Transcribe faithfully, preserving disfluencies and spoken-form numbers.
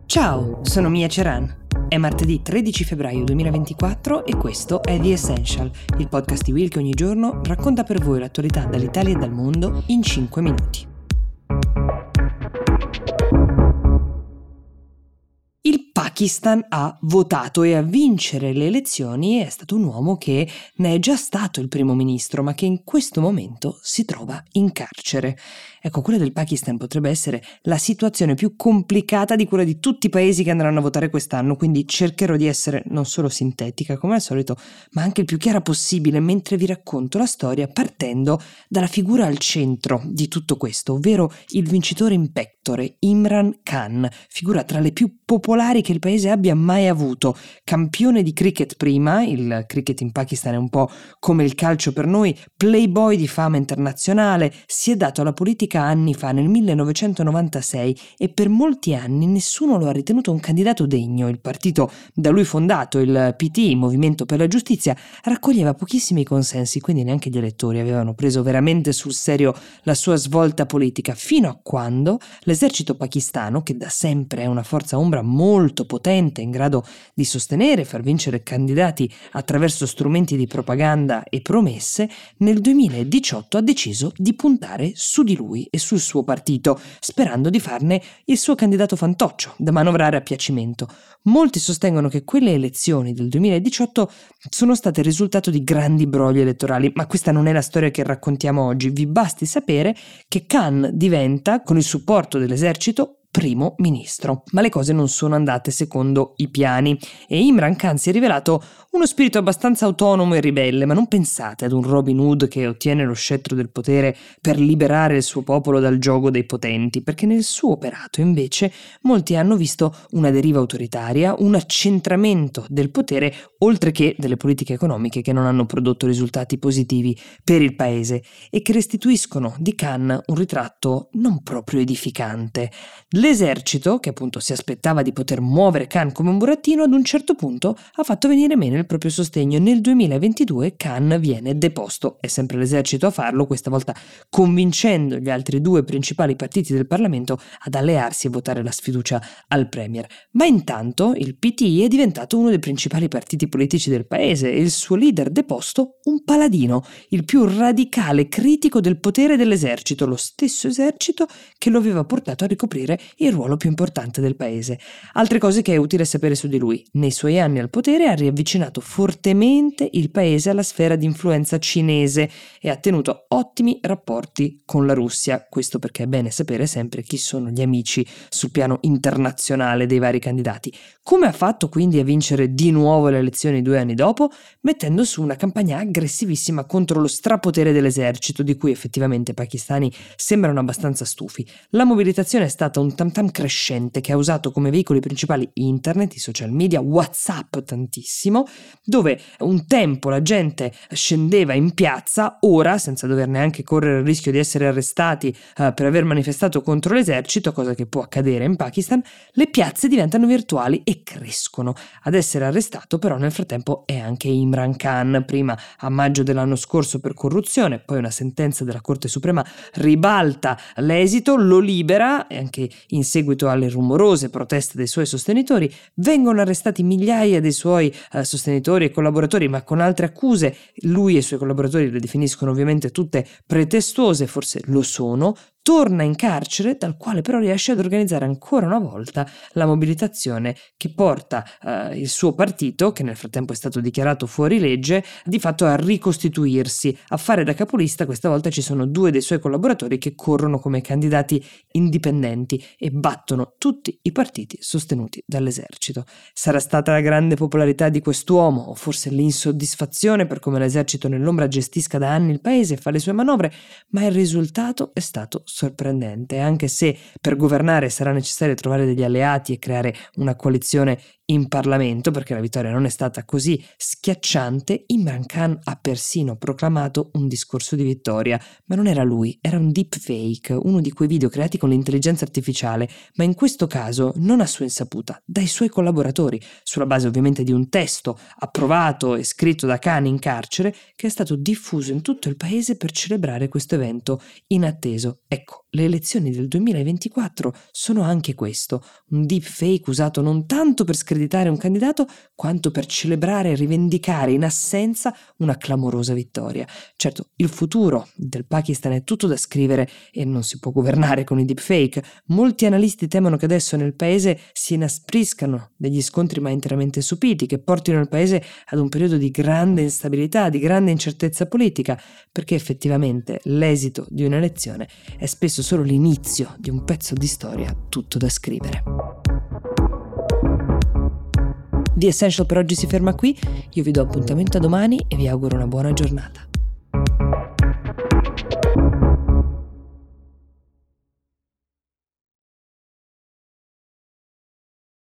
Ciao, sono Mia Ceran. È martedì tredici febbraio duemilaventiquattro e questo è The Essential, il podcast di Will che ogni giorno racconta per voi l'attualità dall'Italia e dal mondo in cinque minuti. Il Pakistan ha votato e a vincere le elezioni è stato un uomo che ne è già stato il primo ministro, ma che in questo momento si trova in carcere. Ecco, quella del Pakistan potrebbe essere la situazione più complicata di quella di tutti i paesi che andranno a votare quest'anno, quindi cercherò di essere non solo sintetica come al solito, ma anche il più chiara possibile mentre vi racconto la storia partendo dalla figura al centro di tutto questo, ovvero il vincitore in pectore, Imran Khan, figura tra le più popolari che il paese abbia mai avuto, campione di cricket prima, il cricket in Pakistan è un po' come il calcio per noi, playboy di fama internazionale, si è dato alla politica anni fa, nel millenovecentonovantasei, e per molti anni nessuno lo ha ritenuto un candidato degno. Il partito da lui fondato, il P T, Movimento per la Giustizia, raccoglieva pochissimi consensi, quindi neanche gli elettori avevano preso veramente sul serio la sua svolta politica, fino a quando l'esercito pakistano, che da sempre è una forza ombra molto potente, in grado di sostenere e far vincere candidati attraverso strumenti di propaganda e promesse, nel duemiladiciotto ha deciso di puntare su di lui e sul suo partito, sperando di farne il suo candidato fantoccio da manovrare a piacimento. Molti sostengono che quelle elezioni del duemiladiciotto sono state il risultato di grandi brogli elettorali, ma questa non è la storia che raccontiamo oggi. Vi basti sapere che Khan diventa, con il supporto dell'esercito, primo ministro. Ma le cose non sono andate secondo i piani e Imran Khan si è rivelato uno spirito abbastanza autonomo e ribelle, ma non pensate ad un Robin Hood che ottiene lo scettro del potere per liberare il suo popolo dal giogo dei potenti, perché nel suo operato invece molti hanno visto una deriva autoritaria, un accentramento del potere, oltre che delle politiche economiche che non hanno prodotto risultati positivi per il paese e che restituiscono di Khan un ritratto non proprio edificante. L'esercito, che appunto si aspettava di poter muovere Khan come un burattino, ad un certo punto ha fatto venire meno il proprio sostegno. Nel duemilaventidue Khan viene deposto, è sempre l'esercito a farlo, questa volta convincendo gli altri due principali partiti del Parlamento ad allearsi e votare la sfiducia al premier. Ma intanto il P T è diventato uno dei principali partiti politici del paese e il suo leader deposto un paladino, il più radicale critico del potere dell'esercito, lo stesso esercito che lo aveva portato a ricoprire il ruolo più importante del paese. Altre cose che è utile sapere su di lui: nei suoi anni al potere ha riavvicinato fortemente il paese alla sfera di influenza cinese e ha tenuto ottimi rapporti con la Russia, questo perché è bene sapere sempre chi sono gli amici sul piano internazionale dei vari candidati. Come ha fatto quindi a vincere di nuovo le elezioni due anni dopo? Mettendo su una campagna aggressivissima contro lo strapotere dell'esercito, di cui effettivamente i pakistani sembrano abbastanza stufi. La mobilitazione è stata un tam tam crescente che ha usato come veicoli principali internet, i social media, WhatsApp tantissimo, dove un tempo la gente scendeva in piazza, ora, senza dover neanche correre il rischio di essere arrestati uh, per aver manifestato contro l'esercito, cosa che può accadere in Pakistan, le piazze diventano virtuali e crescono. Ad essere arrestato però nel frattempo è anche Imran Khan, prima a maggio dell'anno scorso per corruzione, poi una sentenza della Corte Suprema ribalta l'esito, lo libera e anche in seguito alle rumorose proteste dei suoi sostenitori vengono arrestati migliaia dei suoi eh, sostenitori e collaboratori, ma con altre accuse. Lui e i suoi collaboratori le definiscono ovviamente tutte pretestuose, forse lo sono. Torna in carcere, dal quale però riesce ad organizzare ancora una volta la mobilitazione che porta eh, il suo partito, che nel frattempo è stato dichiarato fuori legge, di fatto a ricostituirsi, a fare da capolista. Questa volta ci sono due dei suoi collaboratori che corrono come candidati indipendenti e battono tutti i partiti sostenuti dall'esercito. Sarà stata la grande popolarità di quest'uomo, o forse l'insoddisfazione per come l'esercito nell'ombra gestisca da anni il paese e fa le sue manovre, ma il risultato è stato sorprendente, anche se per governare sarà necessario trovare degli alleati e creare una coalizione in Parlamento, perché la vittoria non è stata così schiacciante, Imran Khan ha persino proclamato un discorso di vittoria, ma non era lui, era un deepfake, uno di quei video creati con l'intelligenza artificiale, ma in questo caso non a sua insaputa, dai suoi collaboratori, sulla base ovviamente di un testo approvato e scritto da Khan in carcere, che è stato diffuso in tutto il paese per celebrare questo evento inatteso. Ecco, le elezioni del duemilaventiquattro sono anche questo, un deepfake usato non tanto per screditare un candidato, quanto per celebrare e rivendicare in assenza una clamorosa vittoria. Certo, il futuro del Pakistan è tutto da scrivere e non si può governare con i deepfake. Molti analisti temono che adesso nel paese si inaspriscano degli scontri mai interamente sopiti, che portino il paese ad un periodo di grande instabilità, di grande incertezza politica, perché effettivamente l'esito di un'elezione è spesso solo l'inizio di un pezzo di storia tutto da scrivere. The Essential per oggi si ferma qui, io vi do appuntamento a domani e vi auguro una buona giornata.